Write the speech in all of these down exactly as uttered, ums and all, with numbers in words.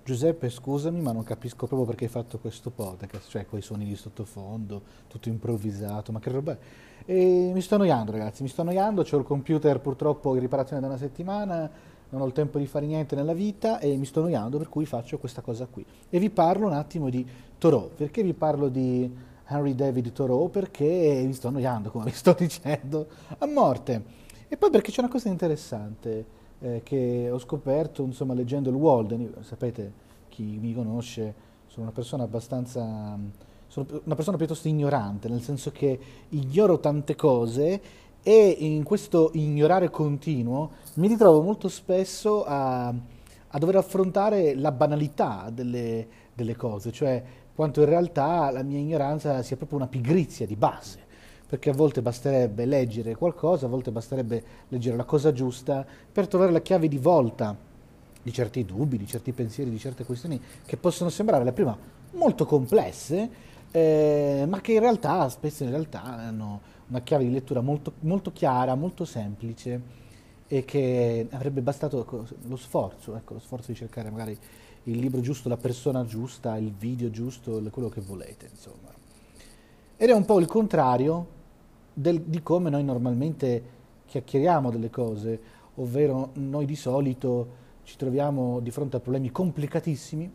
Giuseppe, scusami, ma non capisco proprio perché hai fatto questo podcast, cioè quei suoni di sottofondo, tutto improvvisato, ma che roba è? E mi sto annoiando, ragazzi, mi sto annoiando, c'ho il computer purtroppo in riparazione da una settimana, non ho il tempo di fare niente nella vita e mi sto annoiando, per cui faccio questa cosa qui. E vi parlo un attimo di Thoreau. Perché vi parlo di Henry David Thoreau? Perché mi sto annoiando, come vi sto dicendo, a morte. E poi perché c'è una cosa interessante eh, che ho scoperto, insomma, leggendo il Walden. Io, sapete, chi mi conosce, sono una persona abbastanza, sono una persona piuttosto ignorante, nel senso che ignoro tante cose e in questo ignorare continuo mi ritrovo molto spesso a, a dover affrontare la banalità delle, delle cose, cioè quanto in realtà la mia ignoranza sia proprio una pigrizia di base, perché a volte basterebbe leggere qualcosa, a volte basterebbe leggere la cosa giusta per trovare la chiave di volta di certi dubbi, di certi pensieri, di certe questioni che possono sembrare alla prima molto complesse, eh, ma che in realtà, spesso in realtà, hanno una chiave di lettura molto, molto chiara, molto semplice e che avrebbe bastato ecco, lo sforzo, ecco, lo sforzo di cercare magari il libro giusto, la persona giusta, il video giusto, quello che volete, insomma. Ed è un po' il contrario del- di come noi normalmente chiacchieriamo delle cose, ovvero noi di solito ci troviamo di fronte a problemi complicatissimi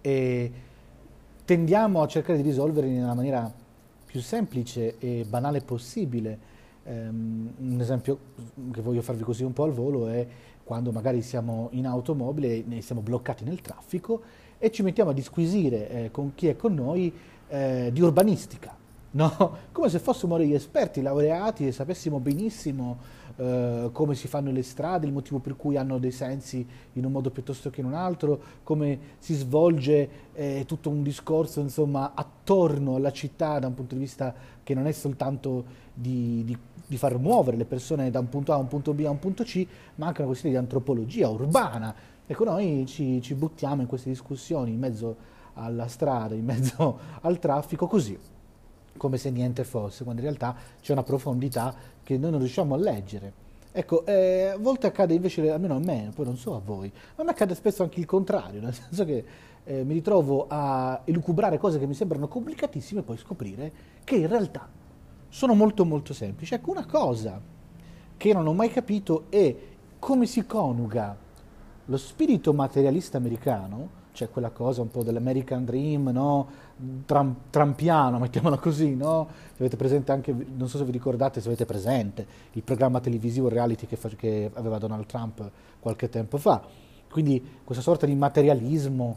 e tendiamo a cercare di risolverli nella maniera più semplice e banale possibile. Ehm, un esempio che voglio farvi così un po' al volo è quando magari siamo in automobile e siamo bloccati nel traffico e ci mettiamo a disquisire eh, con chi è con noi eh, di urbanistica, no? Come se fossimo degli esperti laureati e sapessimo benissimo eh, come si fanno le strade, il motivo per cui hanno dei sensi in un modo piuttosto che in un altro, come si svolge eh, tutto un discorso, insomma, attorno alla città da un punto di vista che non è soltanto di, di- di far muovere le persone da un punto A a un punto B a un punto C, ma anche una questione di antropologia urbana. Ecco, noi ci, ci buttiamo in queste discussioni in mezzo alla strada, in mezzo al traffico, così, come se niente fosse, quando in realtà c'è una profondità che noi non riusciamo a leggere. Ecco, eh, a volte accade invece, almeno a me, poi non so a voi, ma a me accade spesso anche il contrario, nel senso che eh, mi ritrovo a elucubrare cose che mi sembrano complicatissime e poi scoprire che in realtà sono molto molto semplici. Ecco, una cosa che non ho mai capito è come si coniuga lo spirito materialista americano, cioè quella cosa un po' dell'American Dream, no? Tram- trampiano, mettiamola così, no? Se avete presente anche, non so se vi ricordate, se avete presente il programma televisivo reality che, fa- che aveva Donald Trump qualche tempo fa. Quindi questa sorta di materialismo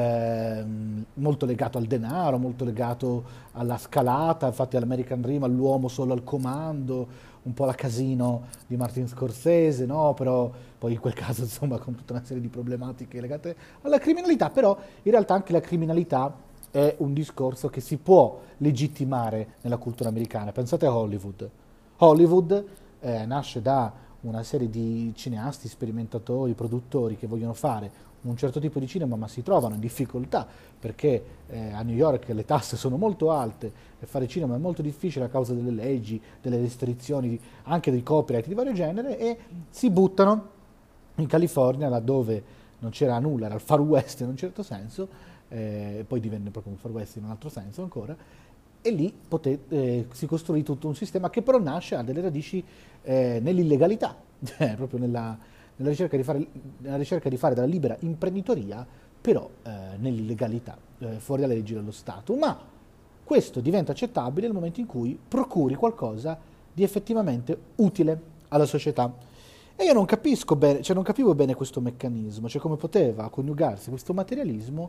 ehm, molto legato al denaro, molto legato alla scalata, infatti all'American Dream, all'uomo solo al comando, un po' la Casino di Martin Scorsese, no? Però poi in quel caso insomma con tutta una serie di problematiche legate alla criminalità, però in realtà anche la criminalità è un discorso che si può legittimare nella cultura americana. Pensate a Hollywood. Hollywood eh, nasce da una serie di cineasti, sperimentatori, produttori che vogliono fare un certo tipo di cinema ma si trovano in difficoltà perché eh, a New York le tasse sono molto alte e fare cinema è molto difficile a causa delle leggi, delle restrizioni, di- anche dei copyright di vario genere e si buttano in California laddove non c'era nulla, era il Far West in un certo senso, eh, poi divenne proprio un Far West in un altro senso ancora, e lì poté- eh, si costruì tutto un sistema che però nasce, ha delle radici eh, nell'illegalità, cioè proprio nella, nella ricerca di fare, nella ricerca di fare della libera imprenditoria, però eh, nell'illegalità, eh, fuori dalle leggi dello Stato. Ma questo diventa accettabile nel momento in cui procuri qualcosa di effettivamente utile alla società. E io non capisco bene, cioè non capivo bene questo meccanismo, cioè come poteva coniugarsi questo materialismo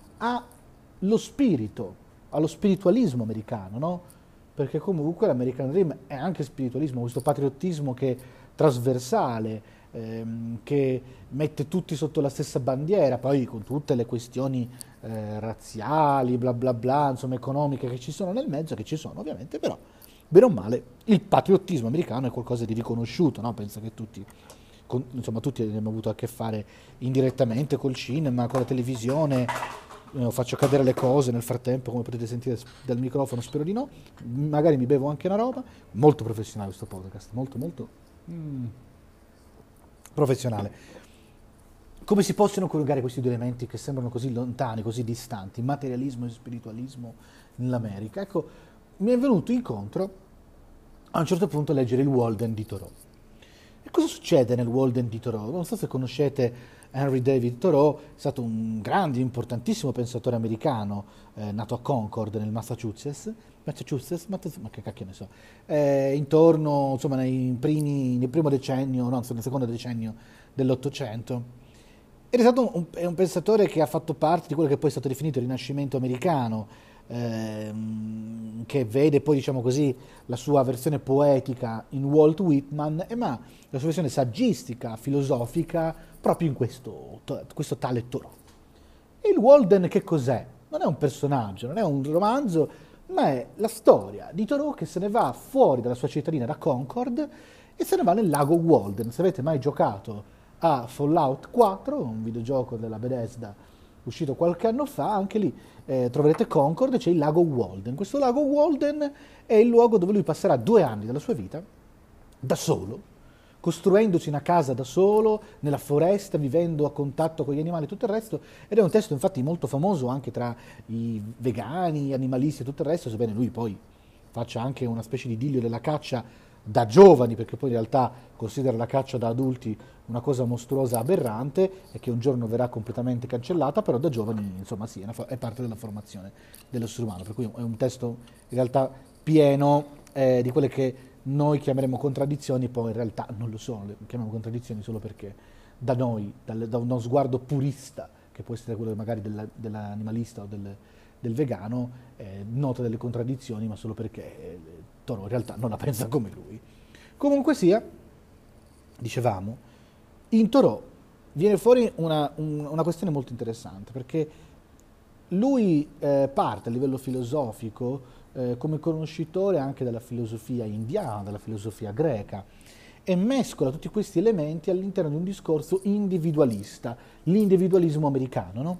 allo spirito, allo spiritualismo americano, no? Perché comunque l'American Dream è anche spiritualismo, questo patriottismo che è trasversale, ehm, che mette tutti sotto la stessa bandiera, poi con tutte le questioni eh, razziali, bla bla bla, insomma economiche che ci sono nel mezzo, che ci sono ovviamente, però bene o male il patriottismo americano è qualcosa di riconosciuto, no? Penso che tutti, con- insomma, tutti abbiamo avuto a che fare indirettamente col cinema, con la televisione. Eh, faccio cadere le cose nel frattempo, come potete sentire dal microfono, spero di no. Magari mi bevo anche una roba. Molto professionale questo podcast, molto molto mm, professionale. come si possono coniugare questi due elementi che sembrano così lontani, così distanti, materialismo e spiritualismo nell'America? Ecco, mi è venuto incontro a un certo punto a leggere il Walden di Thoreau. E cosa succede nel Walden di Thoreau? Non so se conoscete Henry David Thoreau, è stato un grande, importantissimo pensatore americano, eh, nato a Concord, nel Massachusetts, Massachusetts, ma che cacchio ne so, eh, intorno, insomma, nei primi, nel primo decennio, no, nel secondo decennio dell'Ottocento. Ed è stato un, è un pensatore che ha fatto parte di quello che poi è stato definito il Rinascimento americano, ehm, che vede poi, diciamo così, la sua versione poetica in Walt Whitman, e ma la sua versione saggistica, filosofica, proprio in questo, questo tale Thoreau. E il Walden che cos'è? Non è un personaggio, non è un romanzo, ma è la storia di Thoreau che se ne va fuori dalla sua cittadina, da Concord, e se ne va nel lago Walden. Se avete mai giocato a Fallout quattro, un videogioco della Bethesda uscito qualche anno fa, anche lì eh, troverete Concord e c'è il lago Walden. Questo lago Walden è il luogo dove lui passerà due anni della sua vita da solo, costruendosi una casa da solo, nella foresta, vivendo a contatto con gli animali e tutto il resto, ed è un testo infatti molto famoso anche tra i vegani, gli animalisti e tutto il resto, sebbene lui poi faccia anche una specie di idillio della caccia da giovani, perché poi in realtà considera la caccia da adulti una cosa mostruosa, aberrante, e che un giorno verrà completamente cancellata, però da giovani, insomma sì, è, una, è parte della formazione dell'essere umano, per cui è un testo in realtà pieno eh, di quelle che noi chiameremo contraddizioni, poi in realtà non lo sono, le chiamiamo contraddizioni solo perché da noi, dal, da uno sguardo purista, che può essere quello magari della, dell'animalista o del, del vegano, eh, nota delle contraddizioni, ma solo perché eh, Thoreau in realtà non la pensa come lui. Comunque sia, dicevamo, in Thoreau viene fuori una, un, una questione molto interessante, perché lui eh, parte a livello filosofico eh, come conoscitore anche della filosofia indiana, della filosofia greca, e mescola tutti questi elementi all'interno di un discorso individualista, l'individualismo americano, no?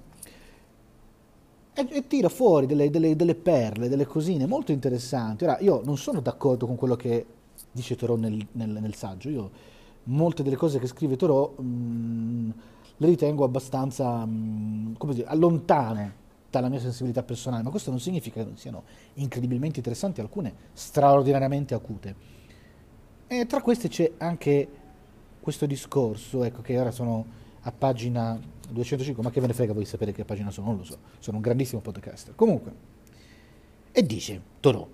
E, e tira fuori delle, delle, delle perle, delle cosine molto interessanti. Ora, io non sono d'accordo con quello che dice Thoreau nel, nel, nel saggio. Io molte delle cose che scrive Thoreau mh, le ritengo abbastanza mh, come dire, lontane dalla mia sensibilità personale, ma questo non significa che non siano incredibilmente interessanti, alcune straordinariamente acute. E tra queste c'è anche questo discorso, ecco, che ora sono a pagina duecentocinque, ma che ve ne frega voi sapere che pagina sono, non lo so, sono un grandissimo podcaster. Comunque, e dice Thoreau,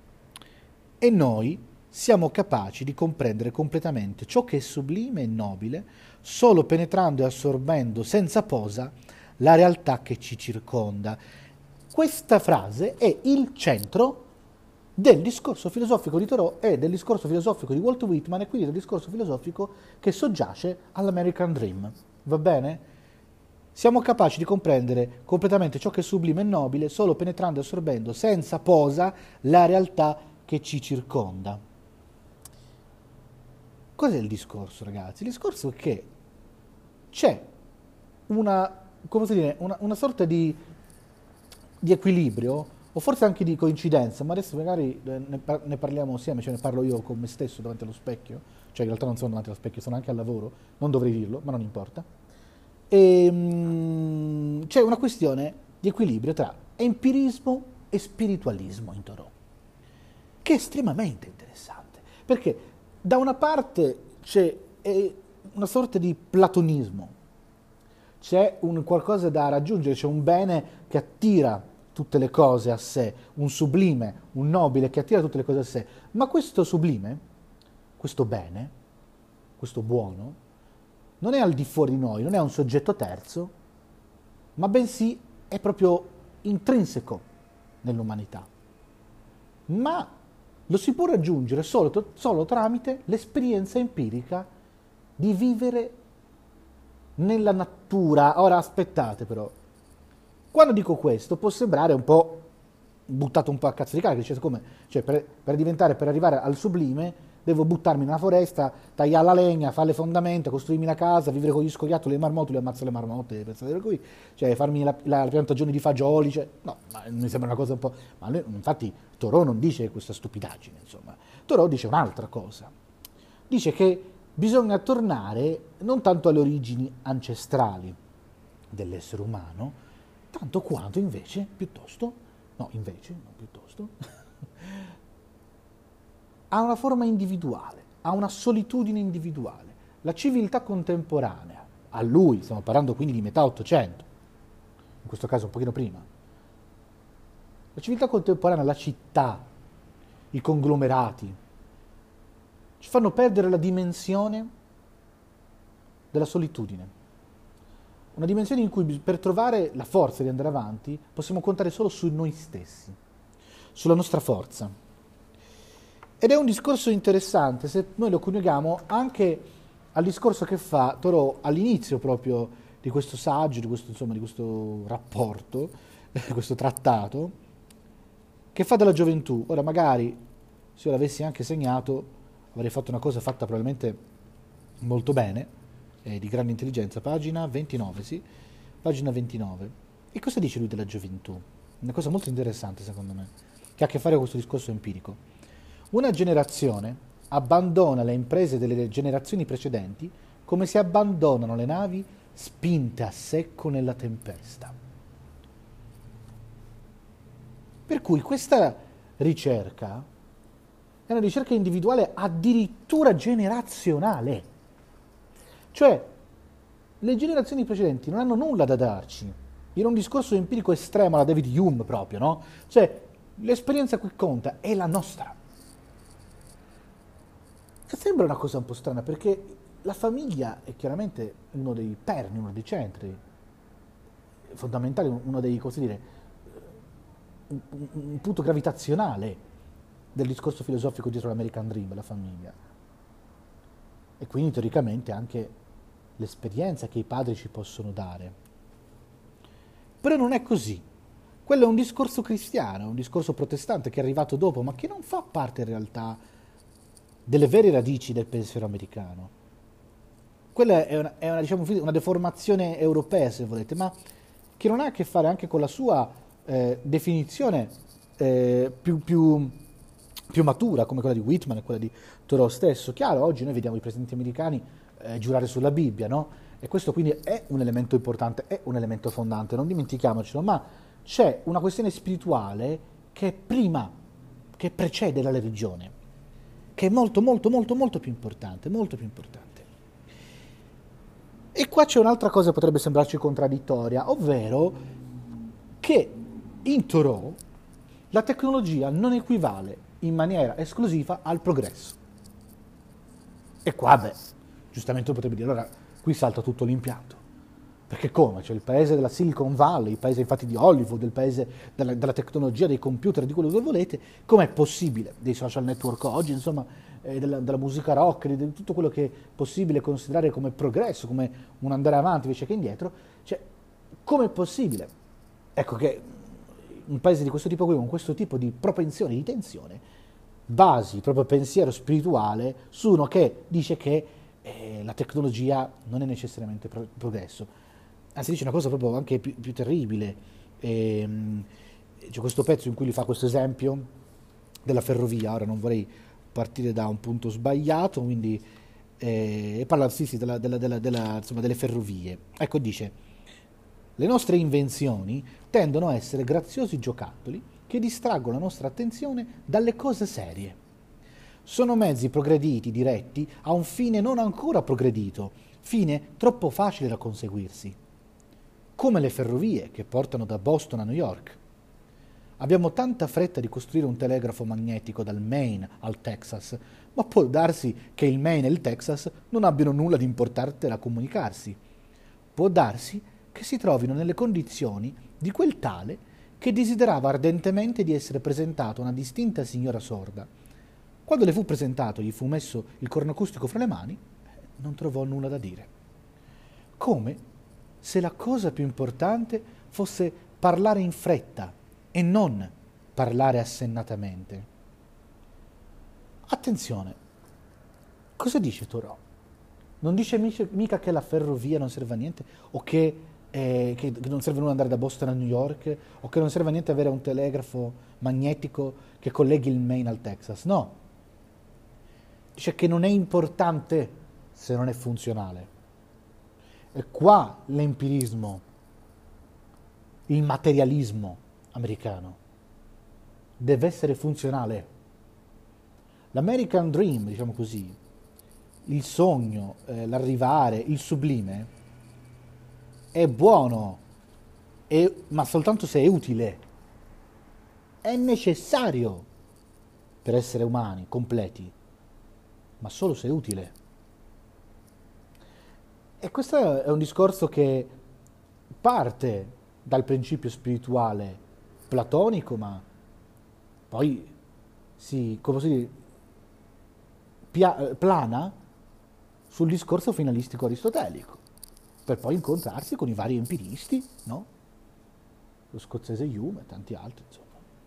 e noi siamo capaci di comprendere completamente ciò che è sublime e nobile solo penetrando e assorbendo senza posa la realtà che ci circonda. Questa frase è il centro del discorso filosofico di Thoreau e del discorso filosofico di Walt Whitman, e quindi del discorso filosofico che soggiace all'American Dream. Va bene? Siamo capaci di comprendere completamente ciò che è sublime e nobile solo penetrando e assorbendo senza posa la realtà che ci circonda. Cos'è il discorso, ragazzi? Il discorso è che c'è una, come si dice, una, una sorta di, di equilibrio, o forse anche di coincidenza, ma adesso magari ne, par- ne parliamo assieme, cioè ne parlo io con me stesso davanti allo specchio, cioè in realtà non sono davanti allo specchio, sono anche al lavoro, non dovrei dirlo, ma non importa. E, mh, c'è una questione di equilibrio tra empirismo e spiritualismo in Thoreau, che è estremamente interessante, perché da una parte c'è eh, una sorta di platonismo, c'è un qualcosa da raggiungere, c'è un bene che attira tutte le cose a sé, un sublime, un nobile che attira tutte le cose a sé, ma questo sublime, questo bene, questo buono, non è al di fuori di noi, non è un soggetto terzo, ma bensì è proprio intrinseco nell'umanità. Ma lo si può raggiungere solo, solo tramite l'esperienza empirica di vivere nella natura. Ora aspettate però, quando dico questo può sembrare un po' buttato un po' a cazzo di cane, cioè, come, cioè per, per diventare, per arrivare al sublime devo buttarmi nella foresta, tagliare la legna, fare le fondamenta, costruirmi la casa, vivere con gli scoiattoli e le marmotte, ammazzo le marmotte, pensate per cui, cioè farmi la, la, la piantagione di fagioli, cioè, no, ma mi sembra una cosa un po', ma lui, infatti Thoreau non dice questa stupidaggine, insomma, Thoreau dice un'altra cosa, dice che bisogna tornare non tanto alle origini ancestrali dell'essere umano, tanto quanto invece, piuttosto, no, invece, no, piuttosto, a una forma individuale, a una solitudine individuale. La civiltà contemporanea, a lui, stiamo parlando quindi di metà Ottocento, in questo caso un pochino prima, la civiltà contemporanea, la città, i conglomerati, ci fanno perdere la dimensione della solitudine. Una dimensione in cui per trovare la forza di andare avanti possiamo contare solo su noi stessi, sulla nostra forza. Ed è un discorso interessante se noi lo coniughiamo anche al discorso che fa Thoreau all'inizio proprio di questo saggio, di questo, insomma, di questo rapporto, di questo trattato, che fa della gioventù. Ora magari, se io l'avessi anche segnato, avrei fatto una cosa fatta probabilmente molto bene, eh, di grande intelligenza, pagina ventinove, sì, pagina ventinove. E cosa dice lui della gioventù? Una cosa molto interessante secondo me, che ha a che fare con questo discorso empirico. Una generazione abbandona le imprese delle generazioni precedenti come si abbandonano le navi spinte a secco nella tempesta. Per cui questa ricerca è una ricerca individuale addirittura generazionale. Cioè, le generazioni precedenti non hanno nulla da darci. In un discorso empirico estremo alla David Hume proprio, no? Cioè, l'esperienza qui conta è la nostra. Che sembra una cosa un po' strana, perché la famiglia è chiaramente uno dei perni, uno dei centri fondamentali, uno dei, come dire, un, un punto gravitazionale del discorso filosofico dietro l'American Dream, la famiglia. E quindi teoricamente anche l'esperienza che i padri ci possono dare. Però non è così. Quello è un discorso cristiano, un discorso protestante che è arrivato dopo, ma che non fa parte in realtà delle vere radici del pensiero americano. Quella è una, è una, diciamo, una deformazione europea, se volete, ma che non ha a che fare anche con la sua eh, definizione eh, più, più, più matura, come quella di Whitman e quella di Thoreau stesso. Chiaro, oggi noi vediamo i presidenti americani eh, giurare sulla Bibbia, no? E questo quindi è un elemento importante, è un elemento fondante, non dimentichiamocelo, ma c'è una questione spirituale che è prima, che precede la religione, che è molto, molto, molto, molto più importante, molto più importante. E qua c'è un'altra cosa che potrebbe sembrarci contraddittoria, ovvero che in Thoreau la tecnologia non equivale in maniera esclusiva al progresso. E qua, beh, giustamente potrebbe dire, allora, qui salta tutto l'impianto. Perché come? C'è il paese della Silicon Valley, il paese infatti di Hollywood, il paese della, della tecnologia, dei computer, di quello che volete. Com'è possibile? Dei social network oggi, insomma, eh, della, della musica rock, di, di tutto quello che è possibile considerare come progresso, come un andare avanti invece che indietro. Cioè, com'è possibile? Ecco che un paese di questo tipo qui, con questo tipo di propensione, di tensione, basi il proprio pensiero spirituale su uno che dice che eh, la tecnologia non è necessariamente pro- progresso. Anzi, dice una cosa proprio anche più, più terribile. E, c'è questo pezzo in cui gli fa questo esempio della ferrovia. Ora non vorrei partire da un punto sbagliato, quindi eh, parla sì, sì, della, della, della, della, insomma, delle ferrovie. Ecco, dice: le nostre invenzioni tendono a essere graziosi giocattoli che distraggono la nostra attenzione dalle cose serie. Sono mezzi progrediti, diretti a un fine non ancora progredito, fine troppo facile da conseguirsi. Come le ferrovie che portano da Boston a New York. Abbiamo tanta fretta di costruire un telegrafo magnetico dal Maine al Texas, ma può darsi che il Maine e il Texas non abbiano nulla di importante da comunicarsi. Può darsi che si trovino nelle condizioni di quel tale che desiderava ardentemente di essere presentato a una distinta signora sorda. Quando le fu presentato, gli fu messo il cornoacustico fra le mani, non trovò nulla da dire. Come se la cosa più importante fosse parlare in fretta e non parlare assennatamente. Attenzione, cosa dice Thoreau? Non dice mica che la ferrovia non serve a niente, o che, eh, che non serve nulla andare da Boston a New York, o che non serve a niente avere un telegrafo magnetico che colleghi il Maine al Texas. No, dice che non è importante se non è funzionale. E qua l'empirismo, il materialismo americano deve essere funzionale. L'American Dream, diciamo così, il sogno, eh, l'arrivare, il sublime, è buono, è, ma soltanto se è utile. È necessario per essere umani, completi, ma solo se è utile. E questo è un discorso che parte dal principio spirituale platonico, ma poi si, come posso dire, pia- plana sul discorso finalistico aristotelico, per poi incontrarsi con i vari empiristi, no? Lo scozzese Hume e tanti altri, insomma.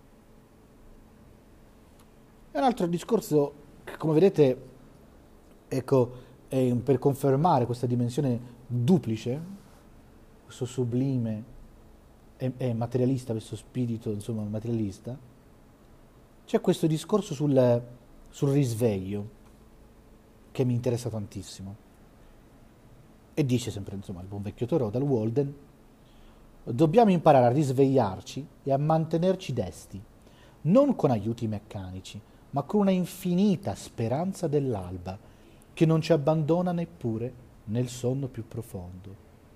È un altro discorso che, come vedete, ecco, è per confermare questa dimensione duplice, questo sublime e, e materialista, questo spirito, insomma, materialista, c'è questo discorso sul, sul risveglio che mi interessa tantissimo. E dice sempre, insomma, il buon vecchio Thoreau dal Walden: dobbiamo imparare a risvegliarci e a mantenerci desti, non con aiuti meccanici, ma con una infinita speranza dell'alba, che non ci abbandona neppure nel sonno più profondo.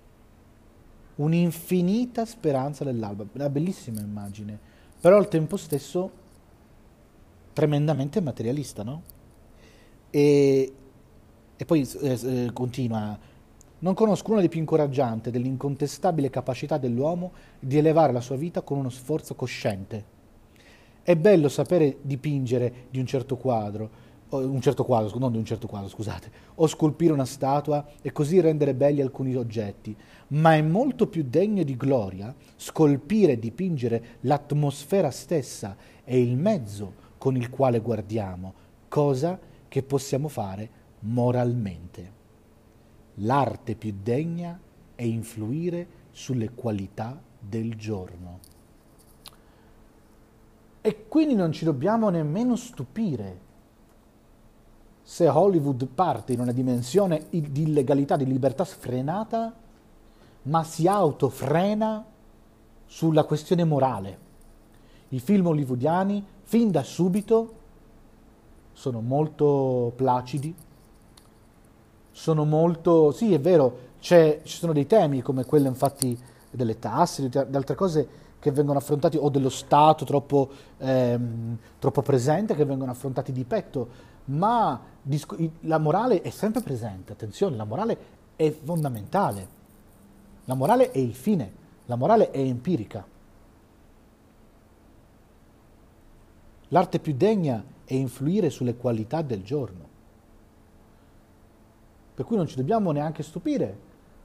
Un'infinita speranza dell'alba, una bellissima immagine, però al tempo stesso tremendamente materialista, no? E, e poi eh, continua: non conosco nulla di più incoraggiante dell'incontestabile capacità dell'uomo di elevare la sua vita con uno sforzo cosciente. È bello sapere dipingere di un certo quadro, un certo quadro, non di un certo quadro, scusate, o scolpire una statua e così rendere belli alcuni oggetti, ma è molto più degno di gloria scolpire e dipingere l'atmosfera stessa e il mezzo con il quale guardiamo, cosa che possiamo fare moralmente. L'arte più degna è influire sulle qualità del giorno. E quindi non ci dobbiamo nemmeno stupire se Hollywood parte in una dimensione di illegalità, di libertà sfrenata, ma si autofrena sulla questione morale. I film hollywoodiani, fin da subito, sono molto placidi, sono molto... Sì, è vero, c'è, ci sono dei temi come quello, infatti, delle tasse, di altre cose che vengono affrontati, o dello Stato troppo, ehm, troppo presente, che vengono affrontati di petto, ma disco- la morale è sempre presente, attenzione, la morale è fondamentale, la morale è il fine, la morale è empirica. L'arte più degna è influire sulle qualità del giorno, per cui non ci dobbiamo neanche stupire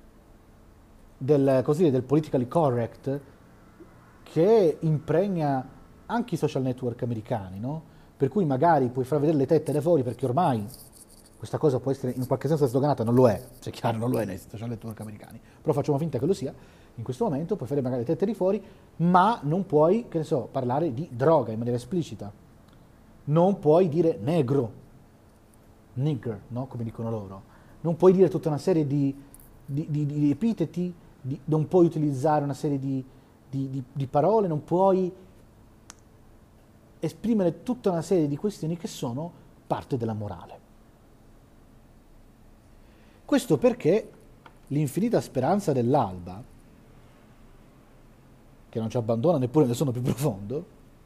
del, così, del politically correct che impregna anche i social network americani, no? Per cui magari puoi far vedere le tette da fuori, perché ormai questa cosa può essere in qualche senso sdoganata, non lo è, se è chiaro, non lo è nei social network americani, però facciamo finta che lo sia. In questo momento puoi fare magari le tette di fuori, ma non puoi, che ne so, parlare di droga in maniera esplicita, non puoi dire negro, nigger, no? Come dicono loro, non puoi dire tutta una serie di, di, di, di epiteti, di, non puoi utilizzare una serie di Di, di, di parole, non puoi esprimere tutta una serie di questioni che sono parte della morale. Questo perché l'infinita speranza dell'alba, che non ci abbandona neppure nel sonno più profondo,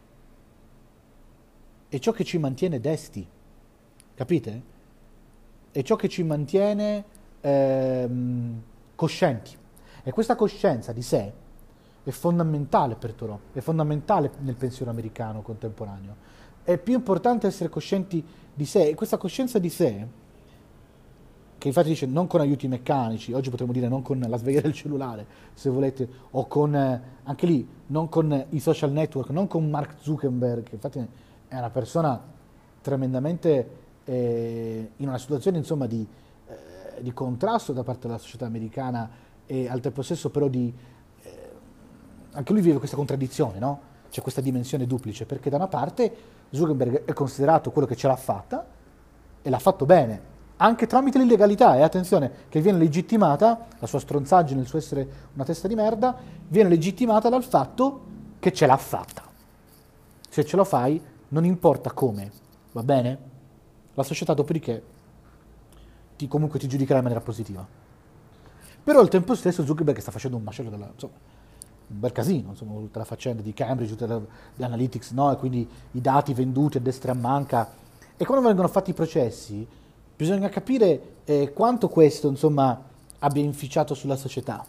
è ciò che ci mantiene desti, capite? È ciò che ci mantiene ehm, coscienti. E questa coscienza di sé è fondamentale per Thoreau, è fondamentale nel pensiero americano contemporaneo. È più importante essere coscienti di sé, e questa coscienza di sé, che infatti dice non con aiuti meccanici, oggi potremmo dire non con la sveglia del cellulare, se volete, o con, eh, anche lì, non con i social network, non con Mark Zuckerberg, che infatti è una persona tremendamente eh, in una situazione, insomma, di, eh, di contrasto da parte della società americana, e al tempo stesso però di anche lui vive questa contraddizione, no? C'è questa dimensione duplice, perché da una parte Zuckerberg è considerato quello che ce l'ha fatta e l'ha fatto bene, anche tramite l'illegalità, e attenzione, che viene legittimata, la sua stronzaggine, il suo essere una testa di merda, viene legittimata dal fatto che ce l'ha fatta. Se ce lo fai, non importa come, va bene? La società dopodiché ti, comunque ti giudicherà in maniera positiva. Però al tempo stesso Zuckerberg sta facendo un macello della, insomma, un bel casino, insomma, tutta la faccenda di Cambridge, tutta la, di Analytics, no? E quindi i dati venduti a destra e a manca. E quando vengono fatti i processi, bisogna capire eh, quanto questo, insomma, abbia inficiato sulla società.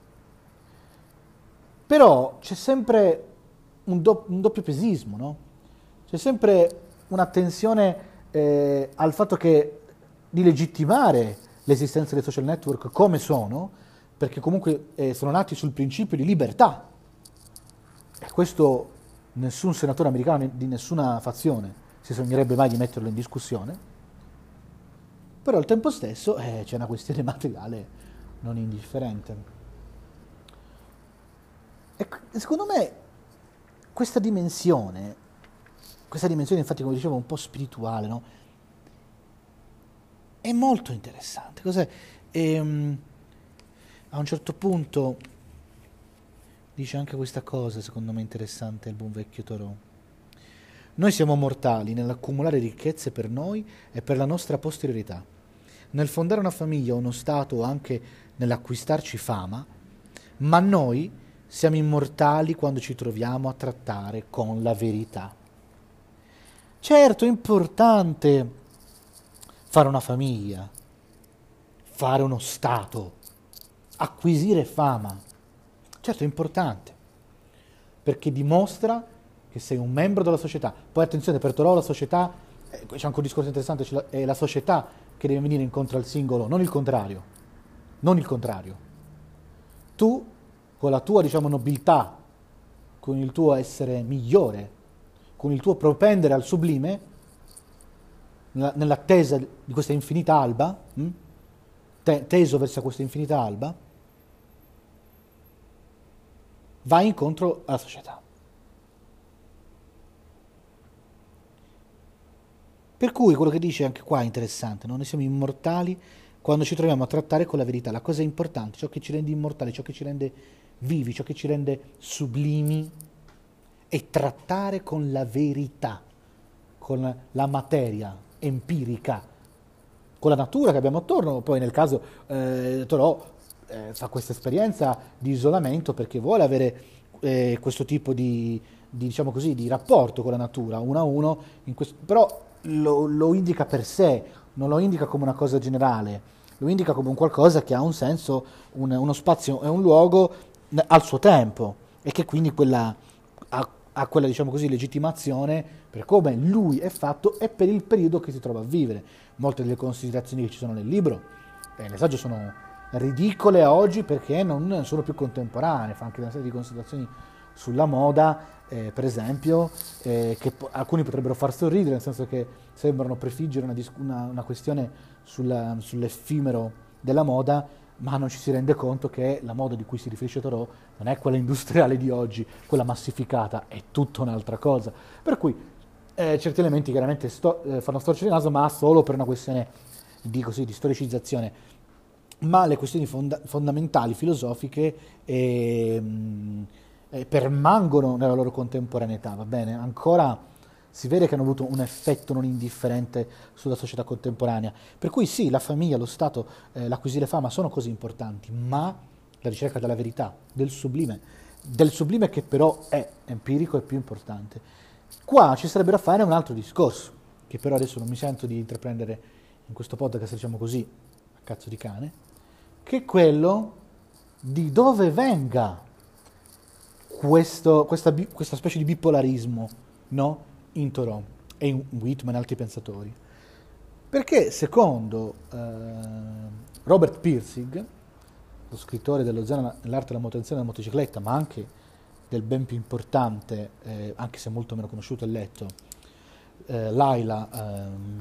Però c'è sempre un, do, un doppio pesismo, no? C'è sempre un'attenzione eh, al fatto che di legittimare l'esistenza dei social network come sono, perché comunque eh, sono nati sul principio di libertà. E questo nessun senatore americano di nessuna fazione si sognerebbe mai di metterlo in discussione. Però al tempo stesso eh, c'è una questione materiale non indifferente. E secondo me questa dimensione, questa dimensione infatti come dicevo un po' spirituale, no? È molto interessante. Cos'è? Ehm, a un certo punto dice anche questa cosa, secondo me interessante, il buon vecchio Thoreau. Noi siamo mortali nell'accumulare ricchezze per noi e per la nostra posteriorità, nel fondare una famiglia o uno stato o anche nell'acquistarci fama, ma noi siamo immortali quando ci troviamo a trattare con la verità. Certo, è importante fare una famiglia, fare uno stato, acquisire fama. Certo, è importante, perché dimostra che sei un membro della società. Poi attenzione, per Thoreau la società, eh, c'è anche un discorso interessante, è la società che deve venire incontro al singolo, non il contrario. Non il contrario. Tu, con la tua, diciamo, nobiltà, con il tuo essere migliore, con il tuo propendere al sublime, nell'attesa di questa infinita alba, hm? Te, teso verso questa infinita alba, vai incontro alla società. Per cui quello che dice anche qua è interessante, no? Noi siamo immortali quando ci troviamo a trattare con la verità, la cosa importante, ciò che ci rende immortali, ciò che ci rende vivi, ciò che ci rende sublimi, è trattare con la verità, con la materia empirica, con la natura che abbiamo attorno. Poi nel caso eh, Thoreau eh, fa questa esperienza di isolamento perché vuole avere eh, questo tipo di, di, diciamo così, di rapporto con la natura, uno a uno, in questo, però lo, lo indica per sé, non lo indica come una cosa generale, lo indica come un qualcosa che ha un senso, un, uno spazio e un luogo al suo tempo, e che quindi quella, ha, ha quella, diciamo così, legittimazione per come lui è fatto e per il periodo che si trova a vivere. Molte delle considerazioni che ci sono nel libro, eh, nel saggio, sono ridicole a oggi perché non sono più contemporanee, fa anche una serie di considerazioni sulla moda, eh, per esempio, eh, che po- alcuni potrebbero far sorridere, nel senso che sembrano prefiggere una, dis- una, una questione sulla, sull'effimero della moda, ma non ci si rende conto che la moda di cui si riferisce Thoreau non è quella industriale di oggi, quella massificata, è tutta un'altra cosa. Per cui eh, certi elementi chiaramente sto- eh, fanno storcere il naso, ma solo per una questione di, così, di storicizzazione. Ma le questioni fonda- fondamentali, filosofiche, eh, mh, eh, permangono nella loro contemporaneità, va bene? Ancora si vede che hanno avuto un effetto non indifferente sulla società contemporanea. Per cui sì, la famiglia, lo Stato, eh, l'acquisire fama sono cose importanti, ma la ricerca della verità, del sublime, del sublime che però è empirico, è più importante. Qua ci sarebbe da fare un altro discorso, che però adesso non mi sento di intraprendere in questo podcast, diciamo così, a cazzo di cane, che è quello di dove venga questo, questa, bi- questa specie di bipolarismo, no? In Thoreau e in Whitman e altri pensatori. Perché secondo eh, Robert Pirsig, lo scrittore dello Zen nell'arte della manutenzione della motocicletta, ma anche del ben più importante, eh, anche se molto meno conosciuto e letto, eh, Laila, ehm,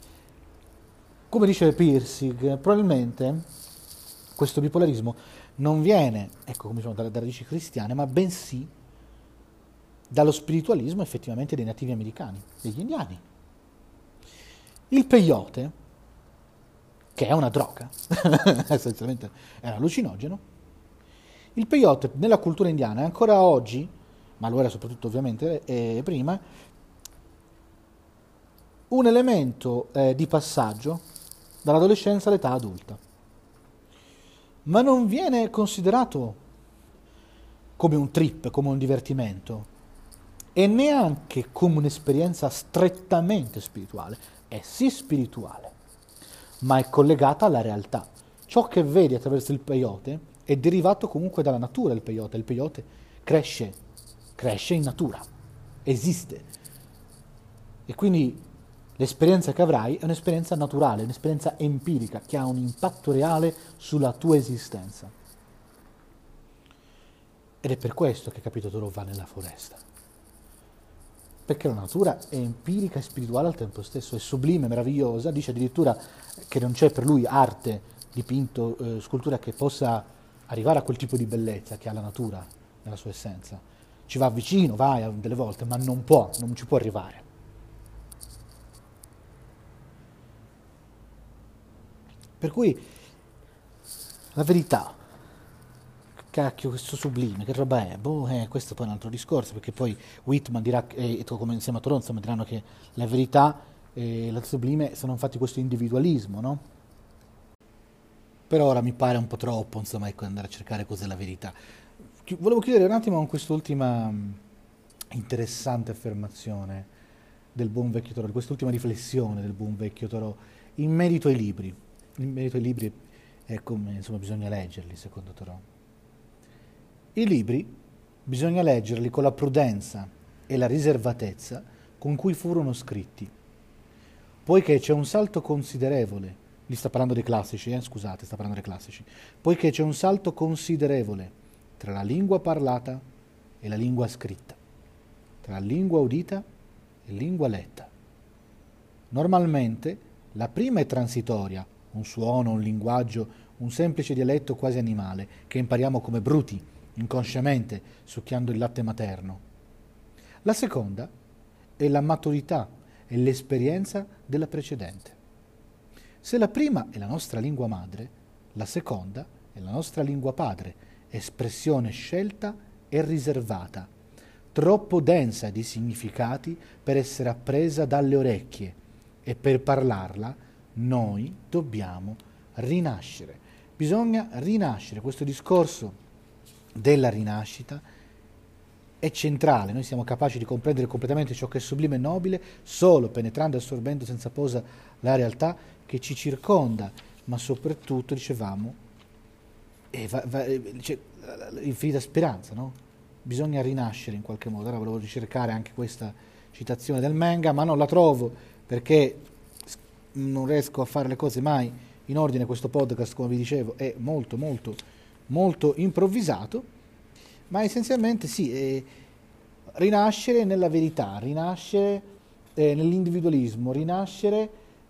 come dice Pirsig, probabilmente questo bipolarismo non viene, ecco come diciamo, dalle radici cristiane, ma bensì dallo spiritualismo effettivamente dei nativi americani, degli indiani. Il peyote che è una droga, essenzialmente è un allucinogeno. Il peyote nella cultura indiana è ancora oggi, ma lo era soprattutto ovviamente eh, prima, un elemento eh, di passaggio dall'adolescenza all'età adulta, ma non viene considerato come un trip, come un divertimento, e neanche come un'esperienza strettamente spirituale. È sì spirituale, ma è collegata alla realtà. Ciò che vedi attraverso il peyote è derivato comunque dalla natura del peyote. Il peyote cresce, cresce in natura, esiste. E quindi l'esperienza che avrai è un'esperienza naturale, un'esperienza empirica, che ha un impatto reale sulla tua esistenza. Ed è per questo che Capito Toro va nella foresta. Perché la natura è empirica e spirituale al tempo stesso, è sublime, meravigliosa, dice addirittura che non c'è per lui arte, dipinto, eh, scultura che possa arrivare a quel tipo di bellezza che ha la natura nella sua essenza. Ci va vicino, vai delle volte, ma non può, non ci può arrivare. Per cui la verità, cacchio, questo sublime, che roba è? Boh, eh, questo poi è un altro discorso, perché poi Whitman dirà, e eh, come insieme a Thoreau, insomma, diranno che la verità e la sublime sono infatti questo individualismo, no? Per ora mi pare un po' troppo, insomma, ecco, andare a cercare cos'è la verità. Chi- Volevo chiudere un attimo con quest'ultima mh, interessante affermazione del buon vecchio Thoreau, quest'ultima riflessione del buon vecchio Thoreau, in merito ai libri. In merito ai libri è come, insomma, bisogna leggerli, secondo Thoreau. I libri bisogna leggerli con la prudenza e la riservatezza con cui furono scritti, poiché c'è un salto considerevole, gli sta parlando dei classici, eh, scusate, sta parlando dei classici, poiché c'è un salto considerevole tra la lingua parlata e la lingua scritta, tra lingua udita e lingua letta. Normalmente la prima è transitoria, un suono, un linguaggio, un semplice dialetto quasi animale, che impariamo come bruti, inconsciamente, succhiando il latte materno. La seconda è la maturità e l'esperienza della precedente. Se la prima è la nostra lingua madre, la seconda è la nostra lingua padre, espressione scelta e riservata, troppo densa di significati per essere appresa dalle orecchie, e per parlarla noi dobbiamo rinascere. Bisogna rinascere. Questo discorso della rinascita è centrale. Noi siamo capaci di comprendere completamente ciò che è sublime e nobile solo penetrando e assorbendo senza posa la realtà che ci circonda, ma soprattutto, dicevamo, eh, va, va, c'è l'infinita speranza, no? Bisogna rinascere in qualche modo. Ora volevo ricercare anche questa citazione del manga, ma non la trovo perché non riesco a fare le cose mai in ordine. Questo podcast, come vi dicevo, è molto molto molto improvvisato, ma essenzialmente sì, eh, rinascere nella verità, rinascere eh, nell'individualismo, rinascere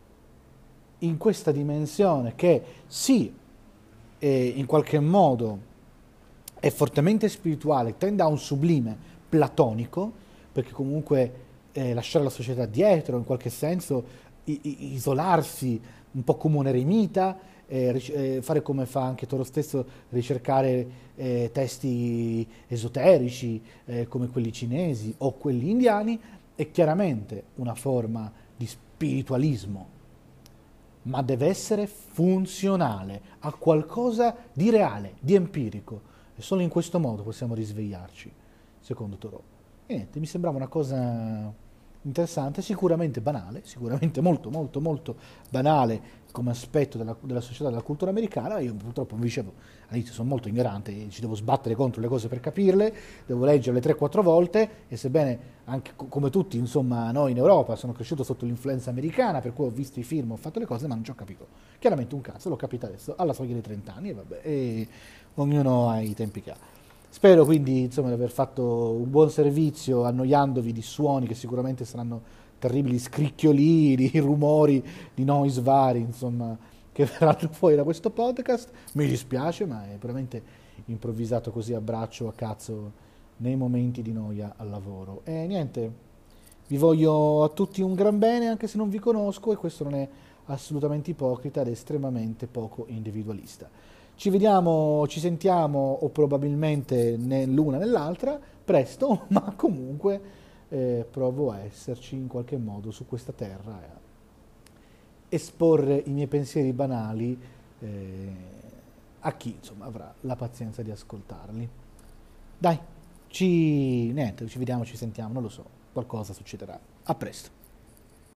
in questa dimensione che sì, eh, in qualche modo è fortemente spirituale, tende a un sublime platonico, perché comunque eh, lasciare la società dietro, in qualche senso i- i- isolarsi un po' come un eremita, eh, ric- eh, fare come fa anche Toro stesso, ricercare eh, testi esoterici eh, come quelli cinesi o quelli indiani, è chiaramente una forma di spiritualismo, ma deve essere funzionale a qualcosa di reale, di empirico, e solo in questo modo possiamo risvegliarci, secondo Thoreau. E niente, mi sembrava una cosa interessante, sicuramente banale, sicuramente molto molto molto banale come aspetto della, della società, della cultura americana. Io purtroppo, vi dicevo, all'inizio sono molto ignorante, ci devo sbattere contro le cose per capirle, devo leggerle tre quattro volte, e sebbene anche co- come tutti, insomma, noi in Europa sono cresciuto sotto l'influenza americana, per cui ho visto i film, ho fatto le cose, ma non ci ho capito chiaramente un cazzo, l'ho capito adesso alla soglia dei trenta anni, e vabbè, e ognuno ha i tempi che ha. Spero quindi, insomma, di aver fatto un buon servizio annoiandovi di suoni che sicuramente saranno terribili scricchiolini, rumori di noise vari, insomma, che verranno fuori da questo podcast. Mi dispiace, ma è veramente improvvisato così a braccio, a cazzo, nei momenti di noia al lavoro. E niente, vi voglio a tutti un gran bene, anche se non vi conosco, e questo non è assolutamente ipocrita ed estremamente poco individualista. Ci vediamo, ci sentiamo o probabilmente né l'una né l'altra presto, ma comunque eh, provo a esserci in qualche modo su questa terra e a esporre i miei pensieri banali eh, a chi insomma avrà la pazienza di ascoltarli. Dai, ci, niente, ci vediamo, ci sentiamo, non lo so, qualcosa succederà. A presto.